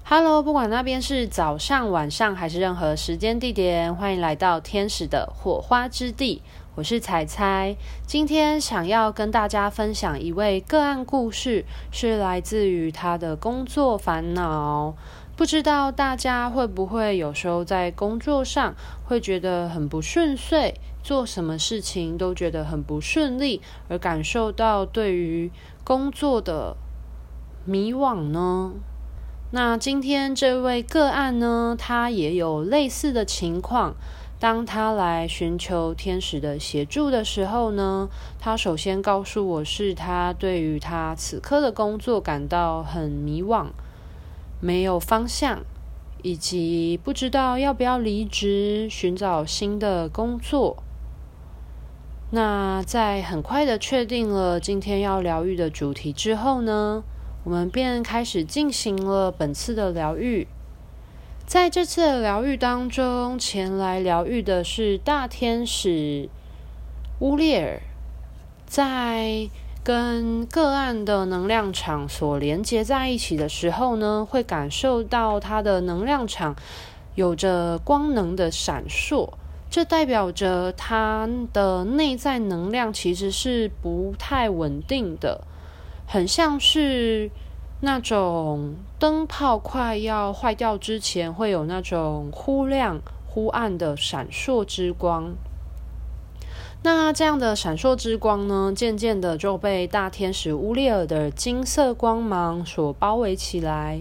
Hello，不管那边是早上、晚上还是任何时间地点，欢迎来到天使的火花之地。我是彩彩，今天想要跟大家分享一位个案故事，是来自于他的工作烦恼。不知道大家会不会有时候在工作上会觉得很不顺遂，做什么事情都觉得很不顺利，而感受到对于工作的迷惘呢？那今天这位个案呢，他也有类似的情况。当他来寻求天使的协助的时候呢，他首先告诉我是他对于他此刻的工作感到很迷惘，没有方向，以及不知道要不要离职，寻找新的工作。那在很快的确定了今天要疗愈的主题之后呢，我们便开始进行了本次的疗愈。在这次的疗愈当中，前来疗愈的是大天使乌列尔。在跟个案的能量场所连接在一起的时候呢，会感受到它的能量场有着光能的闪烁，这代表着它的内在能量其实是不太稳定的，很像是那种灯泡快要坏掉之前会有那种忽亮忽暗的闪烁之光。那这样的闪烁之光呢，渐渐的就被大天使乌列尔的金色光芒所包围起来。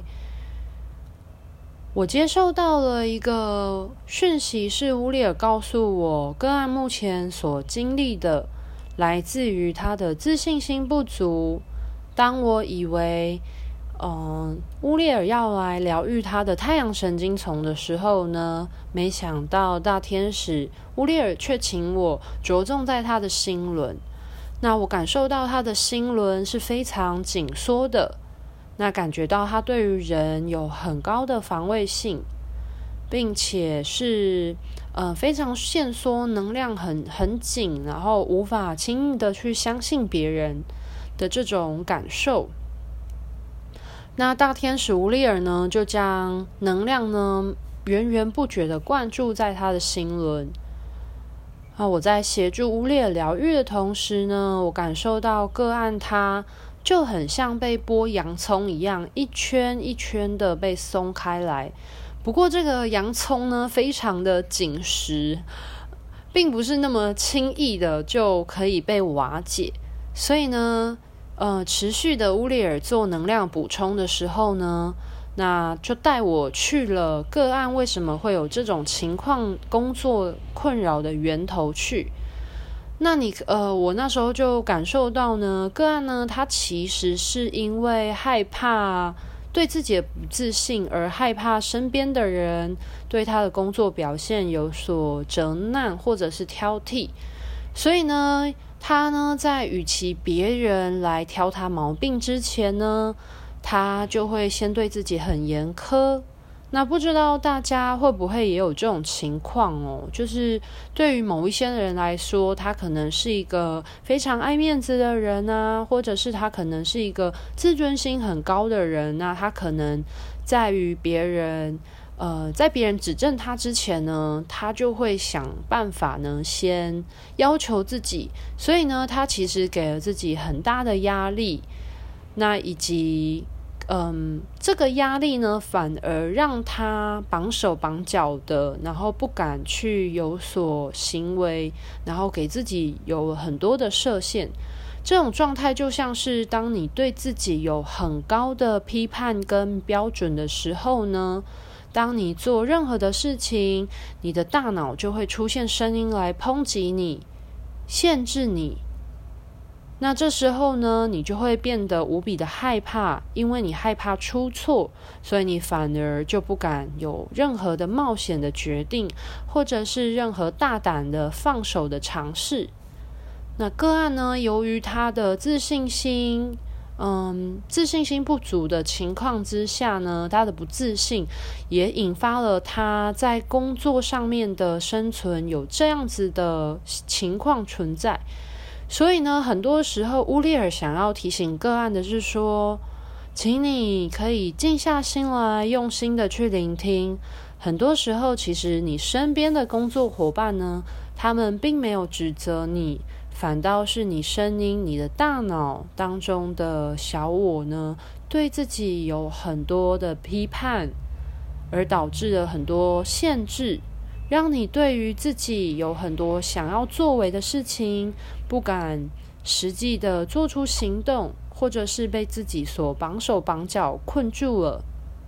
我接受到了一个讯息，是乌列尔告诉我，个案目前所经历的来自于他的自信心不足。当我以为乌列尔要来疗愈他的太阳神经丛的时候呢，没想到大天使乌列尔却请我着重在他的心轮。那我感受到他的心轮是非常紧缩的，那感觉到他对于人有很高的防卫性，并且是非常限缩，能量很紧，然后无法轻易的去相信别人的这种感受。那大天使乌列尔呢，就将能量呢源源不绝的灌注在他的心轮。我在协助乌列尔疗愈的同时呢，我感受到个案他就很像被剥洋葱一样，一圈一圈的被松开来。不过这个洋葱呢非常的紧实，并不是那么轻易的就可以被瓦解，所以呢持续的乌列尔做能量补充的时候呢，那就带我去了个案为什么会有这种情况工作困扰的源头去。那我那时候就感受到呢，个案呢他其实是因为害怕对自己的不自信，而害怕身边的人对他的工作表现有所责难或者是挑剔，所以呢他呢，在与其别人来挑他毛病之前呢，他就会先对自己很严苛。那不知道大家会不会也有这种情况哦？就是对于某一些人来说，他可能是一个非常爱面子的人啊，或者是他可能是一个自尊心很高的人，那他可能在于别人在别人指正他之前呢，他就会想办法呢，先要求自己，所以呢，他其实给了自己很大的压力，那以及这个压力呢，反而让他绑手绑脚的，然后不敢去有所行为，然后给自己有很多的设限。这种状态就像是当你对自己有很高的批判跟标准的时候呢，当你做任何的事情，你的大脑就会出现声音来抨击你，限制你。那这时候呢，你就会变得无比的害怕，因为你害怕出错，所以你反而就不敢有任何的冒险的决定，或者是任何大胆的放手的尝试。那个案呢，由于他的自信心不足的情况之下呢，他的不自信也引发了他在工作上面的生存有这样子的情况存在。所以呢，很多时候乌列尔想要提醒个案的是说， 请你可以静下心来，用心的去聆听。很多时候，其实你身边的工作伙伴呢，他们并没有指责你，反倒是你声音、你的大脑当中的小我呢，对自己有很多的批判，而导致了很多限制，让你对于自己有很多想要作为的事情，不敢实际的做出行动，或者是被自己所绑手绑脚困住了。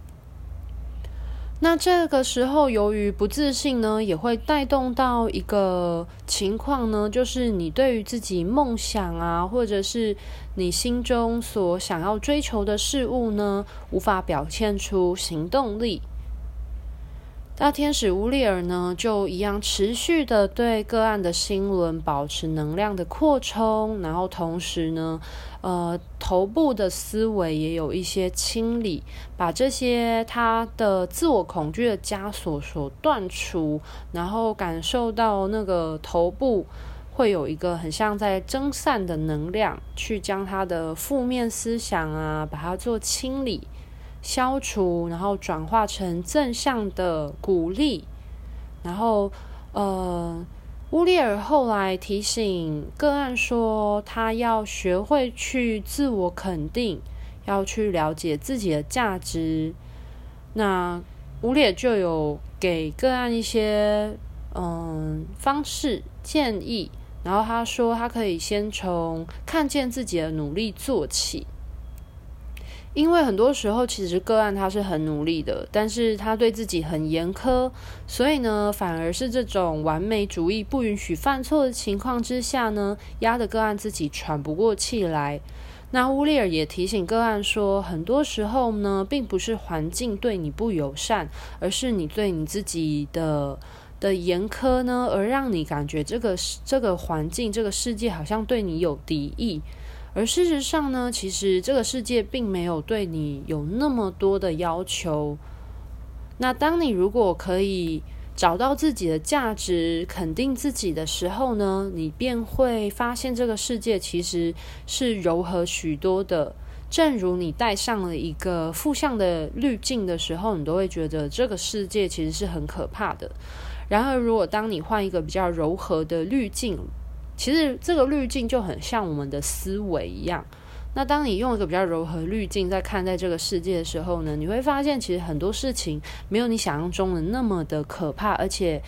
那这个时候，由于不自信呢，也会带动到一个情况呢，就是你对于自己梦想啊，或者是你心中所想要追求的事物呢，无法表现出行动力。大天使乌利尔呢，就一样持续的对个案的心轮保持能量的扩充，然后同时呢，头部的思维也有一些清理，把这些他的自我恐惧的枷锁所断除，然后感受到那个头部会有一个很像在蒸散的能量，去将他的负面思想啊，把它做清理。消除，然后转化成正向的鼓励。然后乌利尔后来提醒个案说，他要学会去自我肯定，要去了解自己的价值。那乌利尔就有给个案一些方式建议，然后他说他可以先从看见自己的努力做起。因为很多时候其实个案他是很努力的，但是他对自己很严苛，所以呢反而是这种完美主义不允许犯错的情况之下呢，压得个案自己喘不过气来。那乌利尔也提醒个案说，很多时候呢并不是环境对你不友善，而是你对你自己的严苛呢，而让你感觉这个环境这个世界好像对你有敌意。而事实上呢，其实这个世界并没有对你有那么多的要求。那当你如果可以找到自己的价值，肯定自己的时候呢，你便会发现这个世界其实是柔和许多的。正如你戴上了一个负向的滤镜的时候，你都会觉得这个世界其实是很可怕的。然而如果当你换一个比较柔和的滤镜，其实这个滤镜就很像我们的思维一样。那当你用一个比较柔和滤镜在看待这个世界的时候呢，你会发现其实很多事情没有你想象中的那么的可怕，而且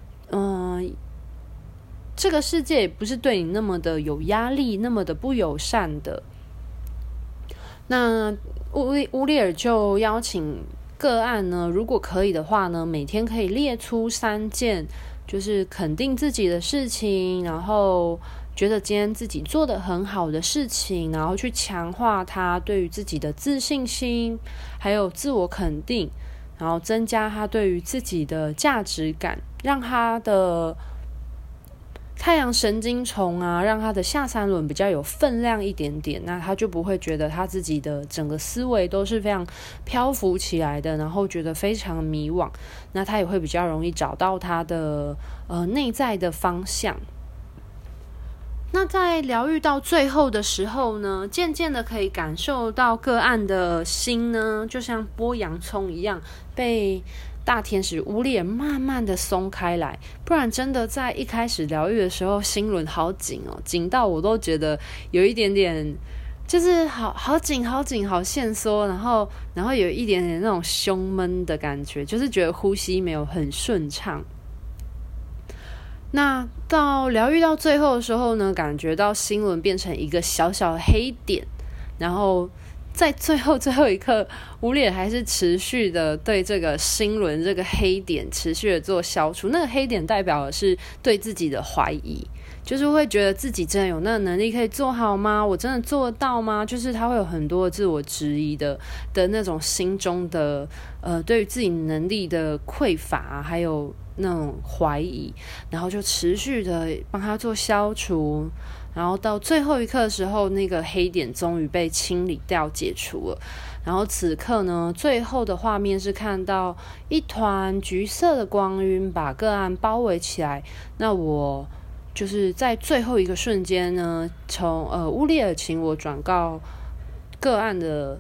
这个世界也不是对你那么的有压力，那么的不友善的。那乌利尔就邀请个案呢，如果可以的话呢，每天可以列出3件就是肯定自己的事情，然后觉得今天自己做得很好的事情，然后去强化他对于自己的自信心，还有自我肯定，然后增加他对于自己的价值感，让他的太阳神经丛啊，让他的下3轮比较有分量一点点，那他就不会觉得他自己的整个思维都是非常漂浮起来的，然后觉得非常迷惘，那他也会比较容易找到他的内在的方向。那在疗愈到最后的时候呢，渐渐的可以感受到个案的心呢，就像剥洋葱一样，被大天使乌利尔慢慢的松开来。不然真的在一开始疗愈的时候，心轮好紧哦，紧到我都觉得有一点点就是好紧好紧好限缩，然后有一点点那种胸闷的感觉，就是觉得呼吸没有很顺畅。那到疗愈到最后的时候呢，感觉到心轮变成一个小小的黑点，然后在最后一刻，乌利尔还是持续的对这个心轮这个黑点持续的做消除。那个黑点代表的是对自己的怀疑，就是会觉得自己真的有那个能力可以做好吗？我真的做得到吗？就是他会有很多自我质疑的那种心中的对于自己能力的匮乏，还有那种怀疑，然后就持续的帮他做消除。然后到最后一刻的时候，那个黑点终于被清理掉解除了。然后此刻呢，最后的画面是看到一团橘色的光晕把个案包围起来。那我就是在最后一个瞬间呢，从乌利尔请我转告个案的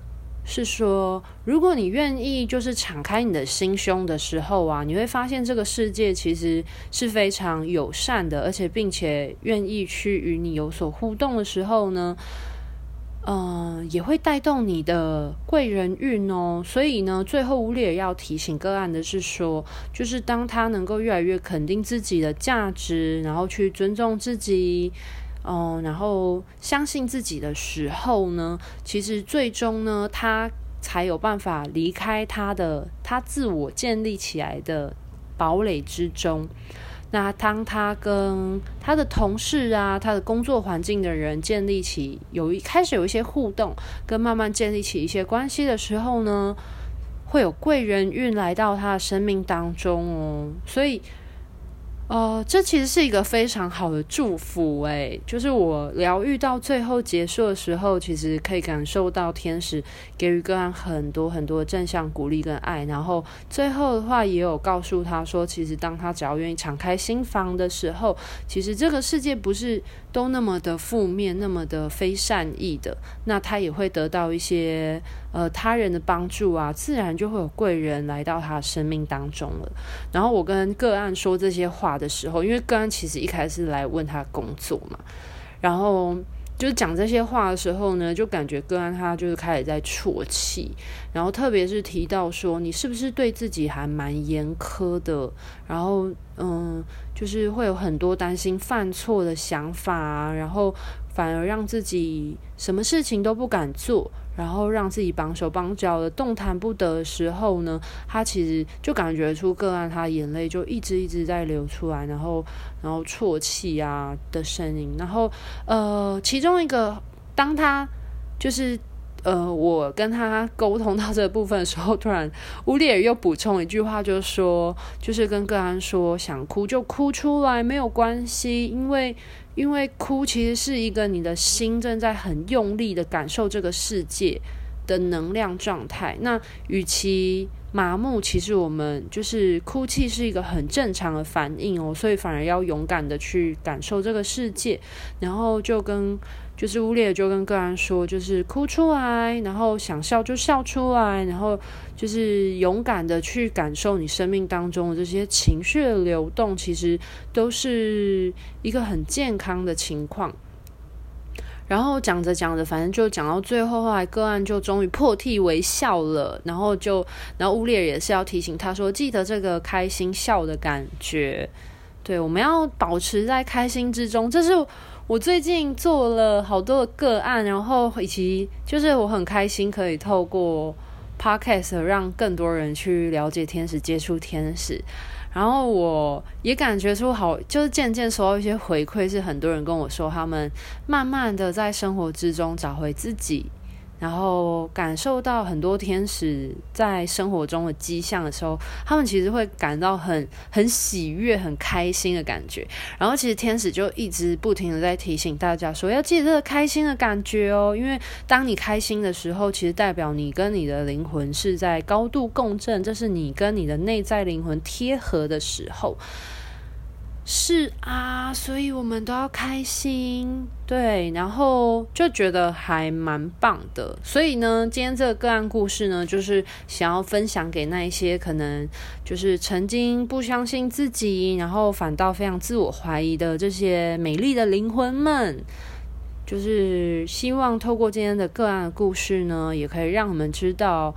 是说，如果你愿意就是敞开你的心胸的时候啊，你会发现这个世界其实是非常友善的，而且并且愿意去与你有所互动的时候呢，也会带动你的贵人运哦。所以呢，最后乌列尔要提醒个案的是说，就是当他能够越来越肯定自己的价值，然后去尊重自己，然后相信自己的时候呢，其实最终呢，他才有办法离开他自我建立起来的堡垒之中。那当他跟他的同事啊，他的工作环境的人建立起开始有一些互动，跟慢慢建立起一些关系的时候呢，会有贵人运来到他的生命当中哦。所以这其实是一个非常好的祝福就是我疗愈到最后结束的时候，其实可以感受到天使给予个案很多很多正向鼓励跟爱，然后最后的话也有告诉他说，其实当他只要愿意敞开心房的时候，其实这个世界不是都那么的负面，那么的非善意的，那他也会得到一些他人的帮助啊，自然就会有贵人来到他的生命当中了。然后我跟个案说这些话的时候，因为个案其实一开始来问他工作嘛，然后就是讲这些话的时候呢，就感觉个案他就是开始在啜泣，然后特别是提到说你是不是对自己还蛮严苛的，然后就是会有很多担心犯错的想法啊，然后反而让自己什么事情都不敢做，然后让自己绑手绑脚的动弹不得的时候呢，他其实就感觉出个案他眼泪就一直在流出来，然后啜泣啊的声音。然后其中一个当他就是我跟他沟通到这个部分的时候，突然乌列尔又补充一句话，就是跟个案说，想哭就哭出来没有关系，因为哭其实是一个你的心正在很用力的感受这个世界的能量状态。那与其麻木，其实我们就是哭泣是一个很正常的反应哦，所以反而要勇敢的去感受这个世界。然后就是乌列尔就跟个案说，就是哭出来，然后想笑就笑出来，然后就是勇敢的去感受你生命当中的这些情绪的流动，其实都是一个很健康的情况。然后讲着讲着，反正就讲到最后，后来个案就终于破涕为笑了，然后乌列尔也是要提醒他说，记得这个开心笑的感觉，对，我们要保持在开心之中。这是我最近做了好多的个案，然后以及就是我很开心可以透过 podcast 让更多人去了解天使，接触天使。然后我也感觉出就是渐渐收到一些回馈，是很多人跟我说他们慢慢的在生活之中找回自己，然后感受到很多天使在生活中的迹象的时候，他们其实会感到很喜悦很开心的感觉。然后其实天使就一直不停的在提醒大家说，要记得这个开心的感觉哦，因为当你开心的时候，其实代表你跟你的灵魂是在高度共振，这是你跟你的内在灵魂贴合的时候。是啊，所以我们都要开心，对，然后就觉得还蛮棒的。所以呢，今天这个个案故事呢，就是想要分享给那一些可能就是曾经不相信自己，然后反倒非常自我怀疑的这些美丽的灵魂们，就是希望透过今天的个案的故事呢，也可以让我们知道，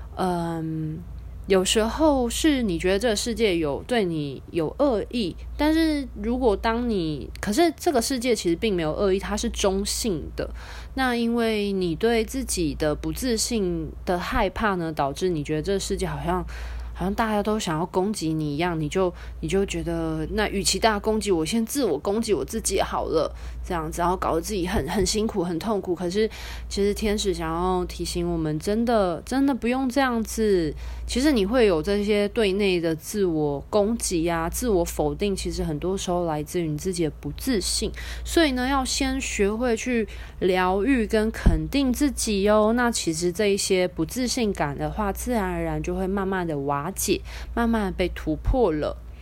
有时候是你觉得这个世界对你有恶意，但是可是这个世界其实并没有恶意，它是中性的。那因为你对自己的不自信的害怕呢，导致你觉得这个世界好像大家都想要攻击你一样，你就觉得那与其大家攻击我，先自我攻击我自己好了，这样子，然后搞得自己很辛苦很痛苦。可是其实天使想要提醒我们，真的不用这样子。其实你会有这些对内的自我攻击啊，自我否定，其实很多时候来自于你自己的不自信。所以呢，要先学会去疗愈跟肯定自己哦。那其实这一些不自信感的话，自然而然就会慢慢的瓦解，慢慢的被突破了。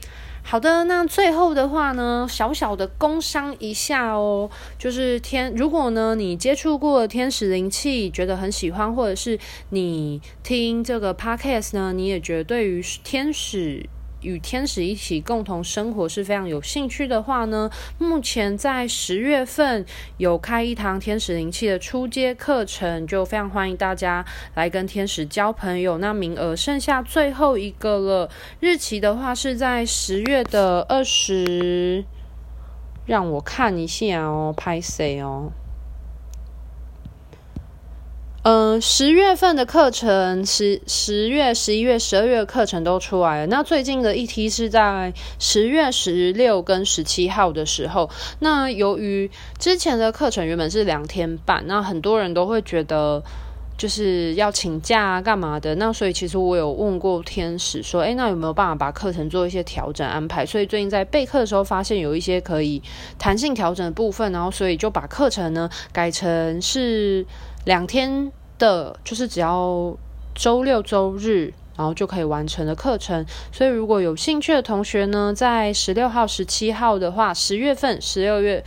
好的，那最后的话呢，小小的工商一下哦，就是如果呢你接触过天使灵气，觉得很喜欢，或者是你听这个 podcast 呢，你也觉得对于与天使一起共同生活是非常有兴趣的话呢，目前在10月份有开一堂天使灵气的初阶课程，就非常欢迎大家来跟天使交朋友。那名额剩下最后一个了，日期的话是在10月的20，让我看一下哦，拍谁哦。10月份的课程10月、11月、12月的课程都出来了。那最近的一梯是在10月16跟17号的时候。那由于之前的课程原本是2天半，那很多人都会觉得就是要请假啊干嘛的，那所以其实我有问过天使说，那有没有办法把课程做一些调整安排？所以最近在备课的时候发现有一些可以弹性调整的部分，然后所以就把课程呢改成是2天的，就是只要周六周日然后就可以完成的课程。所以如果有兴趣的同学呢，在16号、17号的话，10月份、10月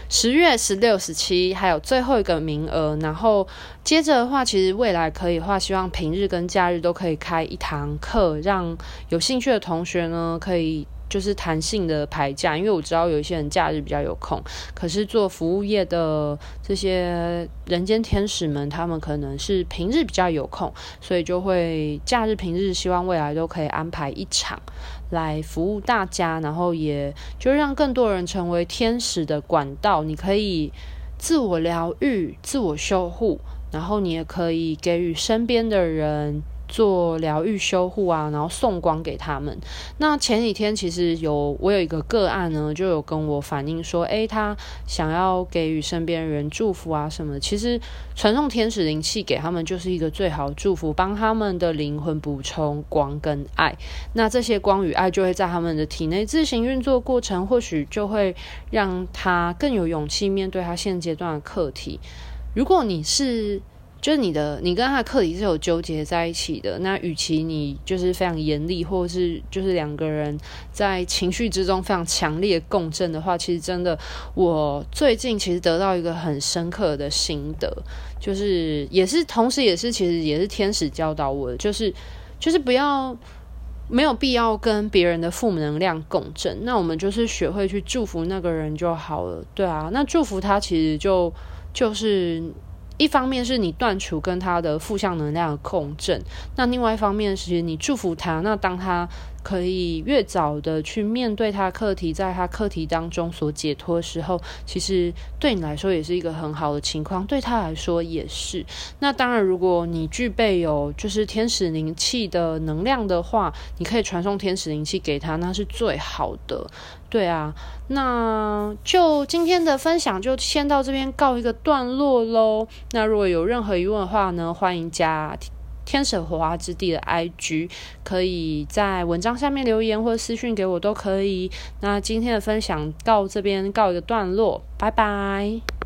16、17还有最后一个名额。然后接着的话，其实未来可以的话，希望平日跟假日都可以开一堂课，让有兴趣的同学呢可以就是弹性的排假，因为我知道有一些人假日比较有空，可是做服务业的这些人间天使们，他们可能是平日比较有空，所以就会假日平日希望未来都可以安排一场来服务大家，然后也就让更多人成为天使的管道。你可以自我疗愈、自我修护，然后你也可以给予身边的人做疗愈修护啊，然后送光给他们。那前几天其实我有一个个案呢，就有跟我反映说，他想要给予身边人祝福啊什么的。其实传送天使灵气给他们就是一个最好的祝福，帮他们的灵魂补充光跟爱。那这些光与爱就会在他们的体内自行运作过程，或许就会让他更有勇气面对他现阶段的课题。如果就是你跟他的课题是有纠结在一起的，那与其你就是非常严厉，或者是就是两个人在情绪之中非常强烈的共振的话，其实真的我最近其实得到一个很深刻的心得，就是同时其实也是天使教导我的，就是没有必要跟别人的负能量共振，那我们就是学会去祝福那个人就好了。对啊，那祝福他其实就是一方面是你断除跟他的负向能量的共振，那另外一方面是你祝福他，那当他可以越早的去面对他的课题，在他课题当中所解脱的时候，其实对你来说也是一个很好的情况，对他来说也是。那当然如果你具备有就是天使灵气的能量的话，你可以传送天使灵气给他，那是最好的。对啊，那就今天的分享就先到这边告一个段落咯。那如果有任何疑问的话呢，欢迎加天使火花之地的 IG， 可以在文章下面留言或者私讯给我都可以。那今天的分享到这边告一个段落，拜拜。